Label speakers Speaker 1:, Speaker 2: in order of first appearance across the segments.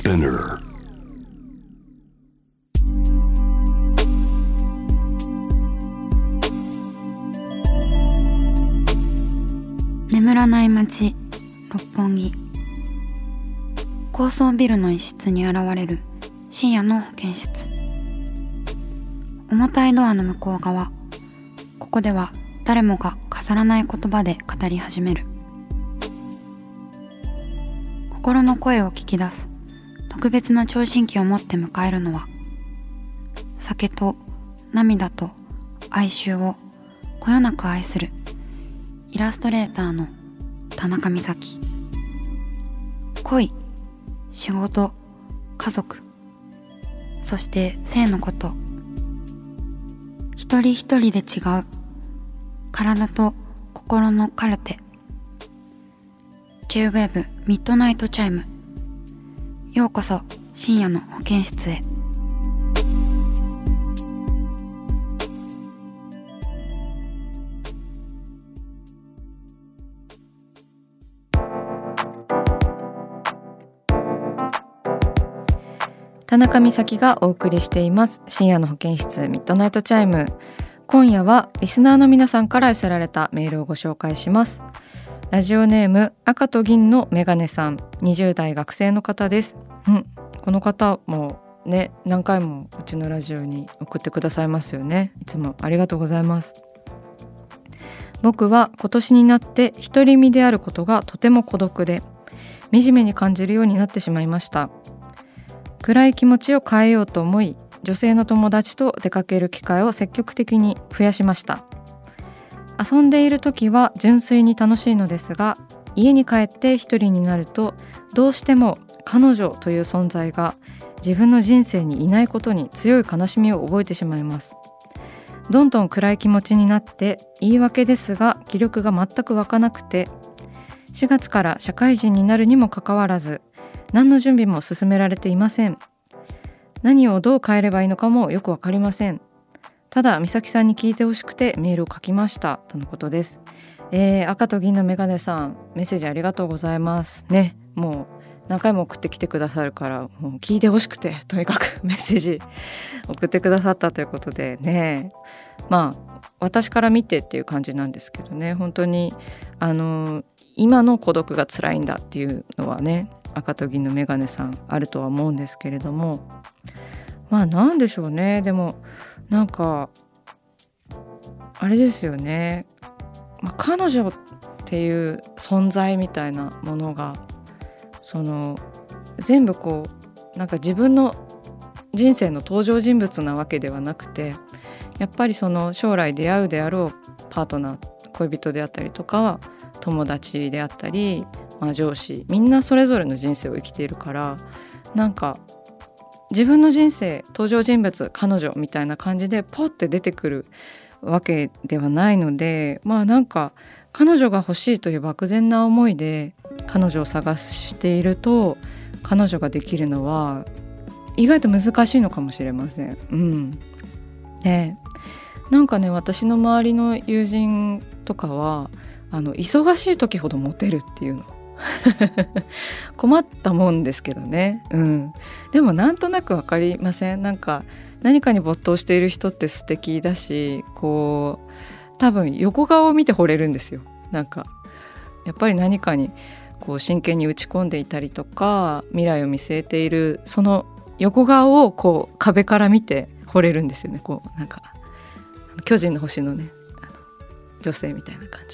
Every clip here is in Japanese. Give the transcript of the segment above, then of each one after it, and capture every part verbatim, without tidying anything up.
Speaker 1: Spinner。
Speaker 2: 眠らない街六本木。高層ビルの一室に現れる深夜の保健室。重たいドアの向こう側、ここでは誰もが飾らない言葉で語り始める。心の声を聞き出す特別な聴診器を持って迎えるのは、酒と涙と哀愁をこよなく愛するイラストレーターの田中美咲。恋、仕事、家族、そして性のこと、一人一人で違う体と心のカルテ。 J-Wave ミッドナイトチャイム。ようこそ深夜の保健室へ。
Speaker 3: 田中美咲がお送りしています深夜の保健室ミッドナイトチャイム。今夜はリスナーの皆さんから寄せられたメールをご紹介します。ラジオネーム赤と銀のメガネさん、にじゅう代学生の方です。うん、この方もね、何回もうちのラジオに送ってくださいますよね。いつもありがとうございます。僕は今年になって独り身であることがとても孤独で惨めに感じるようになってしまいました。暗い気持ちを変えようと思い、女性の友達と出かける機会を積極的に増やしました。遊んでいる時は純粋に楽しいのですが、家に帰って一人になるとどうしても彼女という存在が自分の人生にいないことに強い悲しみを覚えてしまいます。どんどん暗い気持ちになって、言い訳ですが気力が全く湧かなくて、しがつから社会人になるにもかかわらず何の準備も進められていません。何をどう変えればいいのかもよくわかりません。ただ美咲さんに聞いてほしくてメールを書きましたとのことです。えー、赤と銀のメガネさん、メッセージありがとうございますね。もう何回も送ってきてくださるから、もう聞いてほしくてとにかくメッセージ送ってくださったということでね、まあ私から見てっていう感じなんですけどね、本当にあの今の孤独が辛いんだっていうのはね、赤と銀のメガネさんあるとは思うんですけれども、まあなんでしょうね。でもなんかあれですよね、まあ、彼女っていう存在みたいなものがその全部こうなんか自分の人生の登場人物なわけではなくて、やっぱりその将来出会うであろうパートナー、恋人であったりとか友達であったり、まあ、上司、みんなそれぞれの人生を生きているから、なんか自分の人生登場人物彼女みたいな感じでポッて出てくるわけではないので、まあなんか彼女が欲しいという漠然な思いで彼女を探していると、彼女ができるのは意外と難しいのかもしれません。うん、でなんかね、私の周りの友人とかはあの忙しい時ほどモテるっていうの困ったもんですけどね、うん、でもなんとなくわかりません？なんか何かに没頭している人って素敵だし、こう多分横顔を見て惚れるんですよ。なんかやっぱり何かにこう真剣に打ち込んでいたりとか、未来を見据えているその横顔をこう壁から見て惚れるんですよね。こうなんか巨人の星のね、あの女性みたいな感じ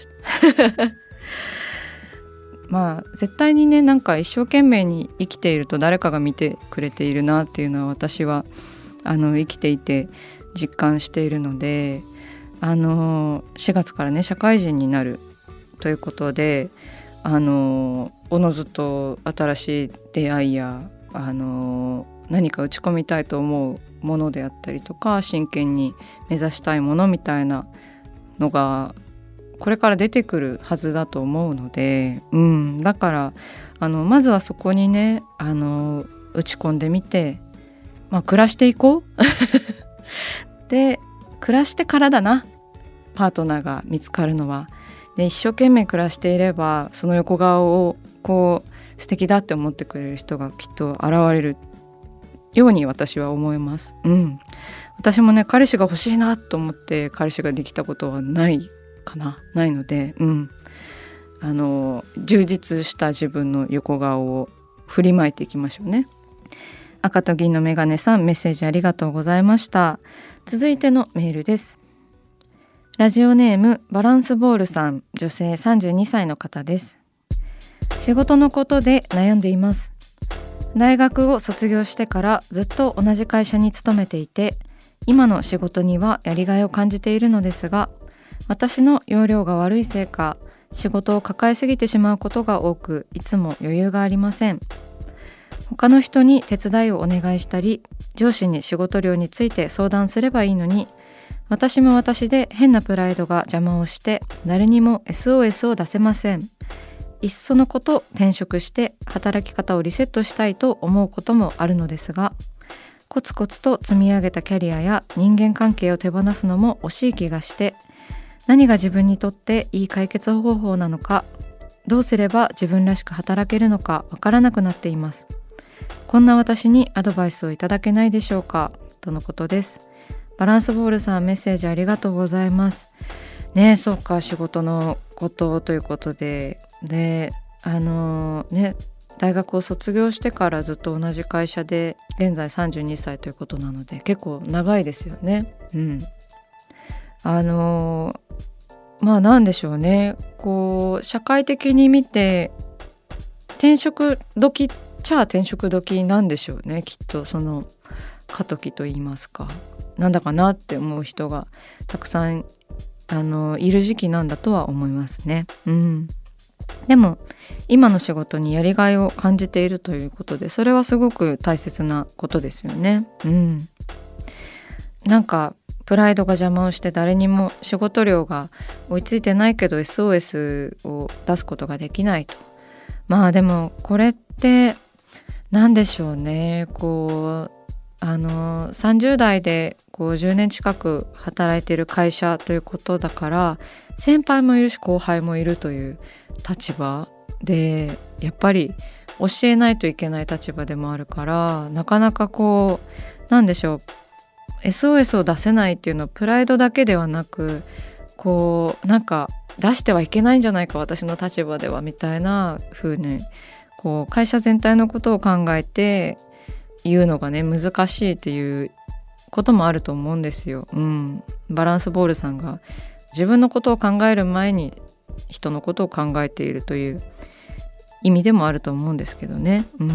Speaker 3: まあ絶対にね、なんか一生懸命に生きていると誰かが見てくれているなっていうのは私はあの生きていて実感しているので、あのしがつからね社会人になるということで、あのおのずと新しい出会いやあの何か打ち込みたいと思うものであったりとか、真剣に目指したいものみたいなのがこれから出てくるはずだと思うので、うん、だからあのまずはそこにね、あの打ち込んでみて、まあ、暮らしていこうで暮らしてからだな、パートナーが見つかるのは。で一生懸命暮らしていればその横顔をこう素敵だって思ってくれる人がきっと現れるように私は思います。うん、私もね彼氏が欲しいなと思って彼氏ができたことはないかなないので、うん、あの充実した自分の横顔を振りまいていきましょうね。赤と銀のメガネさん、メッセージありがとうございました。続いてのメールです。ラジオネームバランスボールさん、女性さんじゅうにさいの方です。仕事のことで悩んでいます。大学を卒業してからずっと同じ会社に勤めていて、今の仕事にはやりがいを感じているのですが、私の容量が悪いせいか仕事を抱えすぎてしまうことが多く、いつも余裕がありません。他の人に手伝いをお願いしたり、上司に仕事量について相談すればいいのに、私も私で変なプライドが邪魔をして誰にも エスオーエス を出せません。いっそのこと転職して働き方をリセットしたいと思うこともあるのですが、コツコツと積み上げたキャリアや人間関係を手放すのも惜しい気がして、何が自分にとっていい解決方法なのか、どうすれば自分らしく働けるのかわからなくなっています。こんな私にアドバイスをいただけないでしょうか、とのことです。バランスボールさん、メッセージありがとうございますね。そうか、仕事のことということでであのー、ね大学を卒業してからずっと同じ会社で、現在さんじゅうにさいということなので結構長いですよね。うんあのー、まあなんでしょうね、こう社会的に見て転職時っちゃ転職時なんでしょうね。きっとその過渡期と言いますか、なんだかなって思う人がたくさんあのいる時期なんだとは思いますね。うん、でも今の仕事にやりがいを感じているということで、それはすごく大切なことですよね。うん、なんかプライドが邪魔をして誰にも仕事量が追いついてないけど エスオーエス を出すことができないと。まあでもこれってなんでしょうね、こうあのさんじゅう代でこうじゅうねん近く働いている会社ということだから、先輩もいるし後輩もいるという立場で、やっぱり教えないといけない立場でもあるから、なかなかこうなんでしょう エスオーエス を出せないっていうのはプライドだけではなく、こうなんか出してはいけないんじゃないか私の立場ではみたいな風にこう会社全体のことを考えて言うのがね難しいっていうこともあると思うんですよ。うん、バランスボールさんが自分のことを考える前に人のことを考えているという意味でもあると思うんですけどね。うん、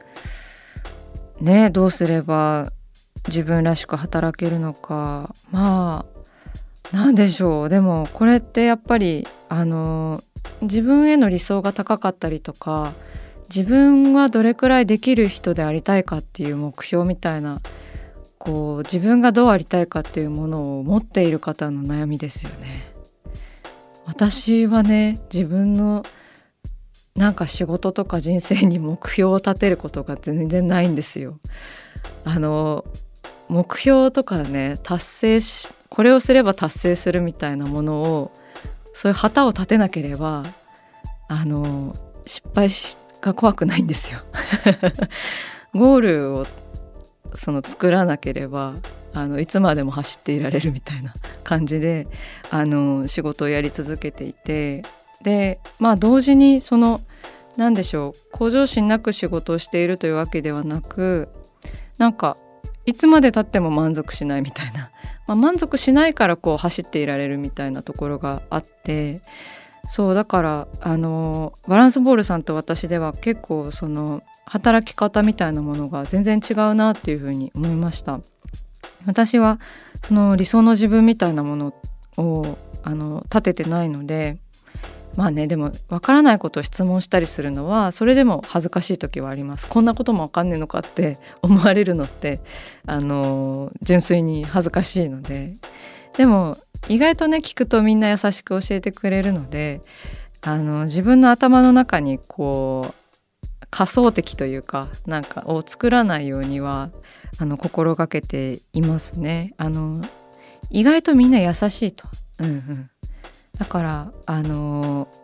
Speaker 3: ねどうすれば自分らしく働けるのか、まあなんでしょう。でもこれってやっぱりあの自分への理想が高かったりとか、自分はどれくらいできる人でありたいかっていう目標みたいな、こう自分がどうありたいかっていうものを持っている方の悩みですよね。私はね自分のなんか仕事とか人生に目標を立てることが全然ないんですよ。あの目標とかね達成しこれをすれば達成するみたいなものを、そういう旗を立てなければあの失敗が怖くないんですよゴールをその作らなければあのいつまでも走っていられるみたいな感じであの仕事をやり続けていて、でまあ同時にそのなんでしょう向上心なく仕事をしているというわけではなく、なんかいつまで経っても満足しないみたいな、まあ、満足しないからこう走っていられるみたいなところがあって、そうだからあのバランスボールさんと私では結構その働き方みたいなものが全然違うなっていうふうに思いました。私はその理想の自分みたいなものをあの立ててないので、まあねでも分からないことを質問したりするのはそれでも恥ずかしい時はあります。こんなことも分かんねえのかって思われるのってあの純粋に恥ずかしいので、でも意外とね聞くとみんな優しく教えてくれるので、あの自分の頭の中にこう仮想敵というかなんかを作らないようにはあの心がけていますね。あの意外とみんな優しいと、うんうん、だからあの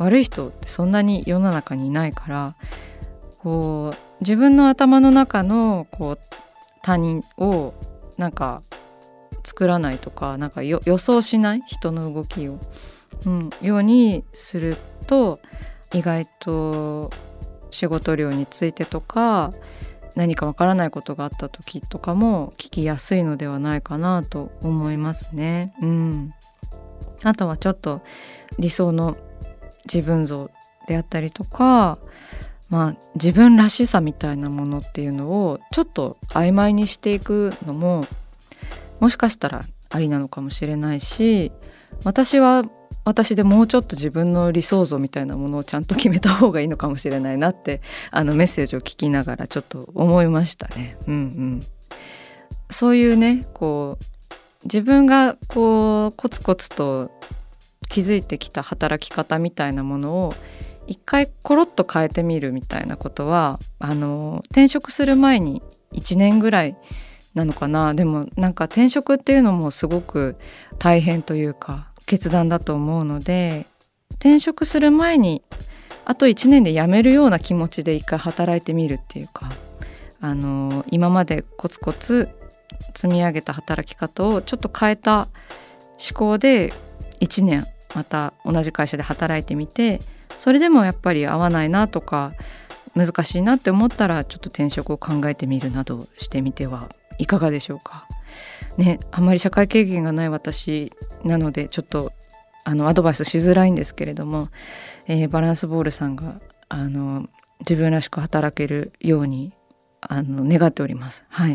Speaker 3: 悪い人ってそんなに世の中にいないから、こう自分の頭の中のこう他人をなんか作らないとか、なんか予想しない人の動きを、うん、ようにすると意外と仕事量についてとか何かわからないことがあった時とかも聞きやすいのではないかなと思いますね。うん、あとはちょっと理想の自分像であったりとか、まあ、自分らしさみたいなものっていうのをちょっと曖昧にしていくのももしかしたらありなのかもしれないし、私は私でもうちょっと自分の理想像みたいなものをちゃんと決めた方がいいのかもしれないなってあのメッセージを聞きながらちょっと思いましたね。うんうん、そういうねこう自分がこうコツコツと築いてきた働き方みたいなものを一回コロッと変えてみるみたいなことはあの転職する前にいちねんぐらいなのかな。でもなんか転職っていうのもすごく大変というか決断だと思うので、転職する前にあといちねんで辞めるような気持ちで一回働いてみるっていうか、あの今までコツコツ積み上げた働き方をちょっと変えた思考でいちねんまた同じ会社で働いてみて、それでもやっぱり合わないなとか難しいなって思ったらちょっと転職を考えてみるなどしてみてはいかがでしょうかね。あんまり社会経験がない私なのでちょっとあのアドバイスしづらいんですけれども、えー、バランスボールさんがあの自分らしく働けるようにあの願っております。はい。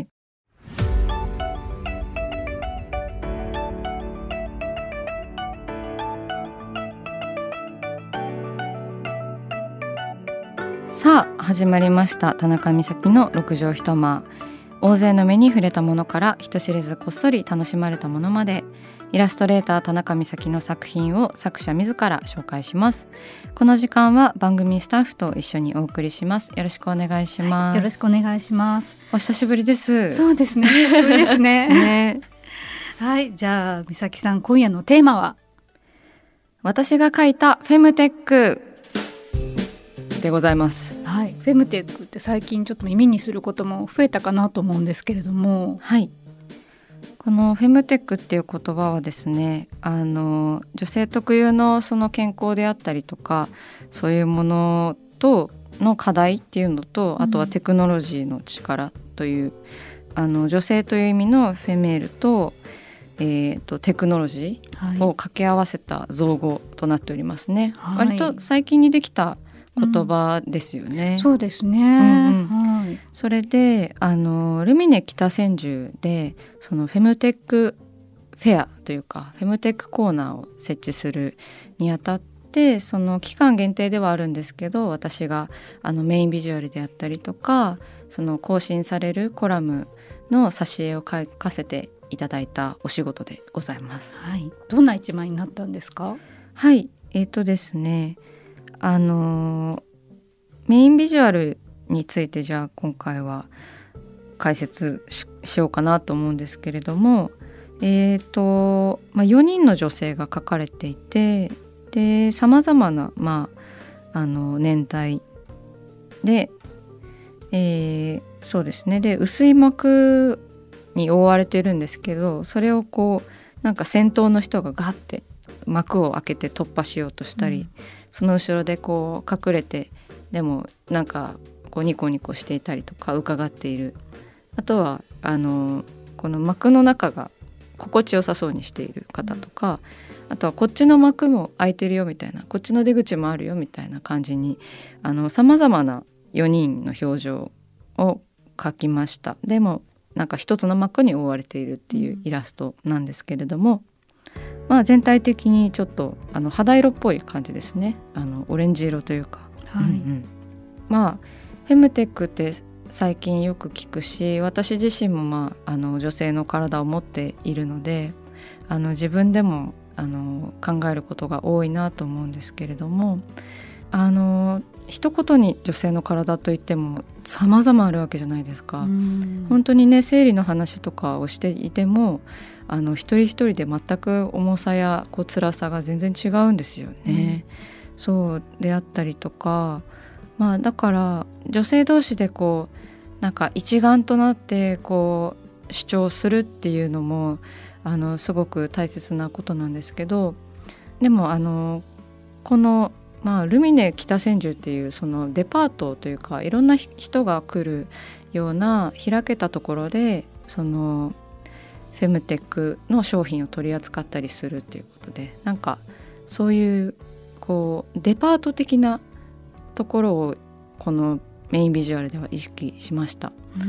Speaker 3: さあ始まりました、田中美咲の六畳一間。大勢の目に触れたものから人知れずこっそり楽しまれたものまで、イラストレーター田中美咲の作品を作者自ら紹介します。この時間は番組スタッフと一緒にお送りします。よろしくお願いします。
Speaker 1: はい、よろしくお願いします。
Speaker 3: お久しぶりです。
Speaker 1: そうですね、久しぶりですね。
Speaker 3: ね
Speaker 1: はい、じゃあ美咲さん、今夜のテーマは？
Speaker 3: 私が書いたフェムテックでございます。
Speaker 1: はい、フェムテックって最近ちょっと耳にすることも増えたかなと思うんですけれども、
Speaker 3: はい、このフェムテックっていう言葉はですね、あの女性特有のその健康であったりとかそういうものとの課題っていうのと、あとはテクノロジーの力という、うん、あの女性という意味のフェメールと、えー、とテクノロジーを掛け合わせた造語となっておりますね。はい、割と最近にできた言葉ですよね。
Speaker 1: うん、そうですね。
Speaker 3: うんうん、
Speaker 1: はい、
Speaker 3: それであのルミネ北千住でそのフェムテックフェアというかフェムテックコーナーを設置するにあたって、その期間限定ではあるんですけど、私があのメインビジュアルであったりとかその更新されるコラムの挿絵を書かせていただいたお仕事でございます。
Speaker 1: はい、どんな一枚になったんですか？
Speaker 3: はい、えーとですねあのメインビジュアルについてじゃあ今回は解説 し, しようかなと思うんですけれども、えーとまあ、よにんの女性が描かれていて、で様々な、まあ、あの年代で、えー、そうですね、で薄い幕に覆われてるんですけど、それをこうなんか先頭の人がガッて幕を開けて突破しようとしたり、うん、その後ろでこう隠れてでもなんかこうニコニコしていたりとか伺っている、あとはあのこの幕の中が心地よさそうにしている方とか、あとはこっちの幕も開いてるよみたいな、こっちの出口もあるよみたいな感じにさまざまなよにんの表情を描きました。でもなんか一つの幕に覆われているっていうイラストなんですけれども、まあ、全体的にちょっとあの肌色っぽい感じですね。あのオレンジ色というか、
Speaker 1: はい、うんうん、
Speaker 3: まあフェムテックって最近よく聞くし、私自身も、まあ、あの女性の体を持っているので、あの自分でもあの考えることが多いなと思うんですけれども、あの一言に女性の体といっても様々あるわけじゃないですか。本当にね、生理の話とかをしていてもあの一人一人で全く重さやこう辛さが全然違うんですよね。 そうであったりとか、まあだから女性同士でこうなんか一丸となってこう主張するっていうのもあのすごく大切なことなんですけど、でもあのこの、まあ、ルミネ北千住っていうそのデパートというかいろんな人が来るような開けたところでそのフェムテックの商品を取り扱ったりするっていうことで、なんかそういうこうデパート的なところをこのメインビジュアルでは意識しました。うん、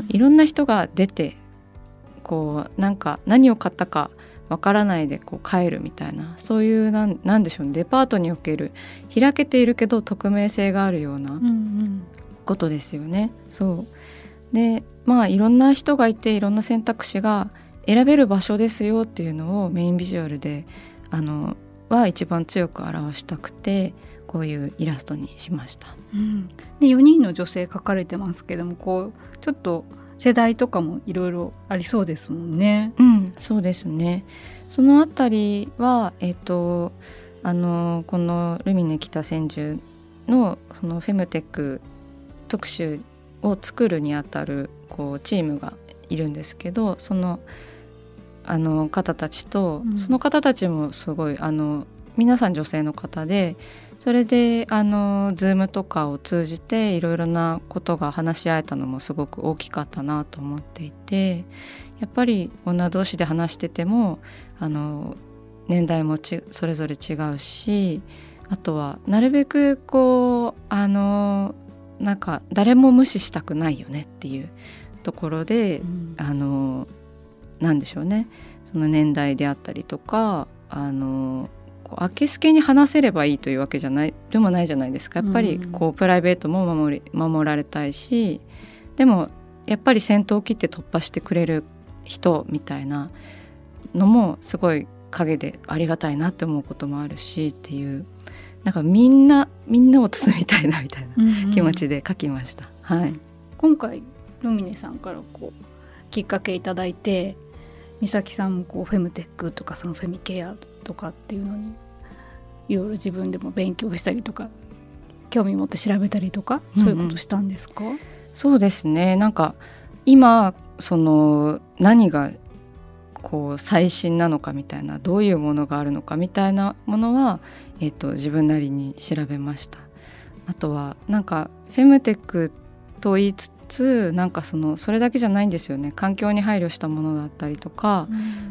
Speaker 3: いろんな人が出てこうなんか何を買ったかわからないでこう帰るみたいな、そういうなん、なんでしょうね、デパートにおける開けているけど匿名性があるようなことですよね。うんうん、そうで、まあいろんな人がいていろんな選択肢が選べる場所ですよっていうのをメインビジュアルであのは一番強く表したくてこういうイラストにしました。
Speaker 1: うん、でよにんの女性描かれてますけども、こうちょっと世代とかもいろいろありそうですもんね。
Speaker 3: うん、そうですね。そのあたりは、えーと、あのこのルミネ北千住のそのフェムテック特集を作るにあたるこうチームがいるんですけど、そのあの方たちと、うん、その方たちもすごいあの皆さん女性の方で、それであの Zoom とかを通じていろいろなことが話し合えたのもすごく大きかったなと思っていて、やっぱり女同士で話しててもあの年代もちそれぞれ違うし、あとはなるべくこうあのなんか誰も無視したくないよねっていうところで、うん、あのなんでしょうね、その年代であったりとかあのこうあけすけに話せればいいというわけじゃないでもないじゃないですか。やっぱりこうプライベートも守り、守られたいし、でもやっぱり先頭を切って突破してくれる人みたいなのもすごい陰でありがたいなって思うこともあるしっていう、なんかみんなみんなを包みたいなみたいな気持ちで書きました。うんうん、はい、
Speaker 1: 今回ルミネさんからこうきっかけいただいて、美咲さんもこうフェムテックとかそのフェミケアとかっていうのにいろいろ自分でも勉強したりとか興味持って調べたりとか、そういうことしたんですか？うんうん、
Speaker 3: そうですね。なんか今その何がこう最新なのかみたいな、どういうものがあるのかみたいなものは、えーと、自分なりに調べました。あとはなんかフェムテックと言いつつ、なんかそのそれだけじゃないんですよね。環境に配慮したものだったりとか、うん、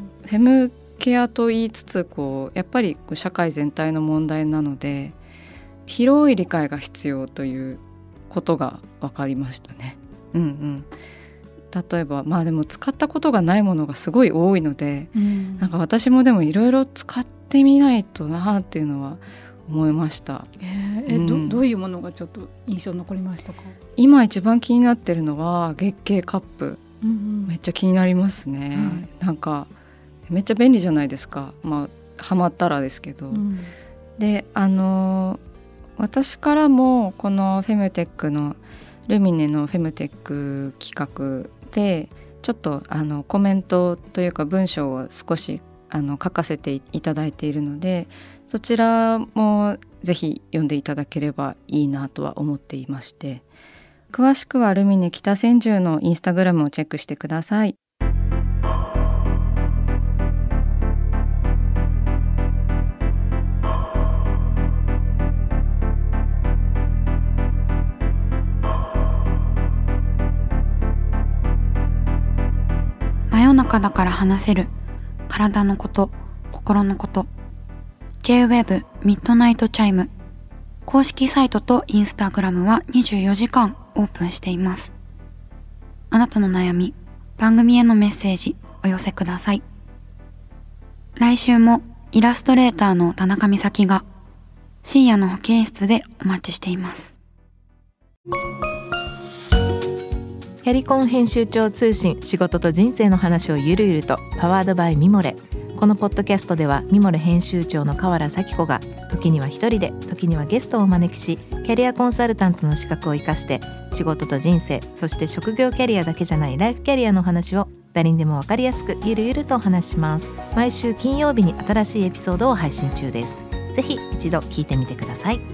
Speaker 3: フェムケアと言いつつこうやっぱり社会全体の問題なので広い理解が必要ということが分かりましたね。うんうん、例えばまあでも使ったことがないものがすごい多いので、うん、なんか私もでもいろいろ使ってみないとなっていうのは思いました。
Speaker 1: えーうん、ど, どういうものがちょっと印象に残りましたか？
Speaker 3: 今一番気になってるのは月経カップ、うんうん、めっちゃ気になりますね。うん、なんかめっちゃ便利じゃないですか。まあハマったらですけど、うん、であの私からもこのフェムテックのルミネのフェムテック企画でちょっとあのコメントというか文章を少しあの書かせていただいているので、そちらもぜひ読んでいただければいいなとは思っていまして、詳しくはルミネ北千住のインスタグラムをチェックしてください。
Speaker 2: 真夜中だから話せる体のこと、心のこと。 ジェイウェーブ ミッドナイトチャイム公式サイトとインスタグラムはにじゅうよじかんオープンしています。あなたの悩み、番組へのメッセージお寄せください。来週もイラストレーターの田中美咲が深夜の保健室でお待ちしています。
Speaker 4: キャリコン編集長通信、仕事と人生の話をゆるゆると、パワードバイミモレ。このポッドキャストではミモレ編集長の河原咲子が時には一人で、時にはゲストをお招きし、キャリアコンサルタントの資格を生かして仕事と人生、そして職業キャリアだけじゃないライフキャリアの話を誰にでも分かりやすくゆるゆるとお話します。毎週金曜日に新しいエピソードを配信中です。 ぜひ一度聞いてみてください。